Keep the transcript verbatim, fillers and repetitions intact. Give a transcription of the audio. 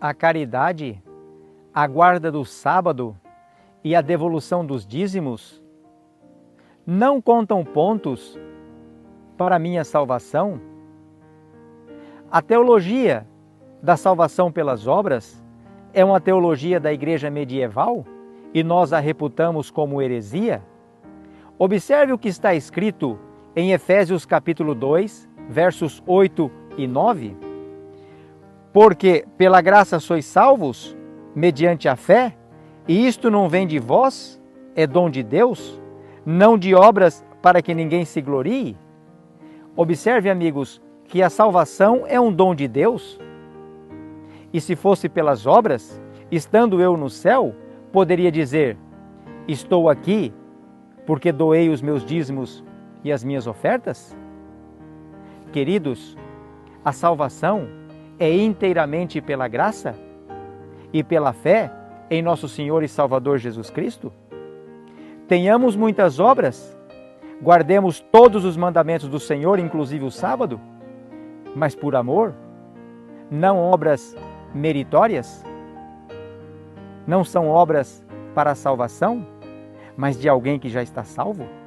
a caridade, a guarda do sábado e a devolução dos dízimos não contam pontos para minha salvação? A teologia da salvação pelas obras é uma teologia da igreja medieval e nós a reputamos como heresia? Observe o que está escrito em Efésios capítulo dois, versos oito e nove. Porque pela graça sois salvos, mediante a fé, e isto não vem de vós, é dom de Deus, não de obras para que ninguém se glorie. Observe, amigos, que a salvação é um dom de Deus. E se fosse pelas obras, estando eu no céu, poderia dizer: estou aqui porque doei os meus dízimos e as minhas ofertas? Queridos, a salvação é inteiramente pela graça e pela fé em nosso Senhor e Salvador Jesus Cristo. Tenhamos muitas obras, guardemos todos os mandamentos do Senhor, inclusive o sábado, mas por amor, não obras meritórias, não são obras para a salvação, mas de alguém que já está salvo.